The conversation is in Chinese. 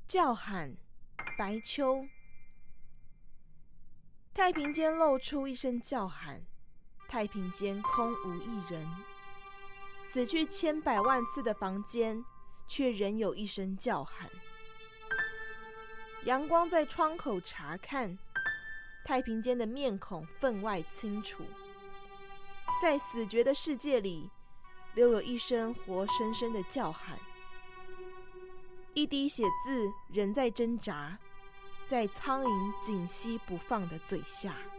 叫喊，白秋。太平间露出一声叫喊，太平间空无一人。死去千百万次的房间，却仍有一声叫喊。阳光在窗口查看，太平间的面孔分外清楚。在死绝的世界里，留有一声活生生的叫喊。一滴血字仍在挣扎，在苍蝇紧吸不放的嘴下。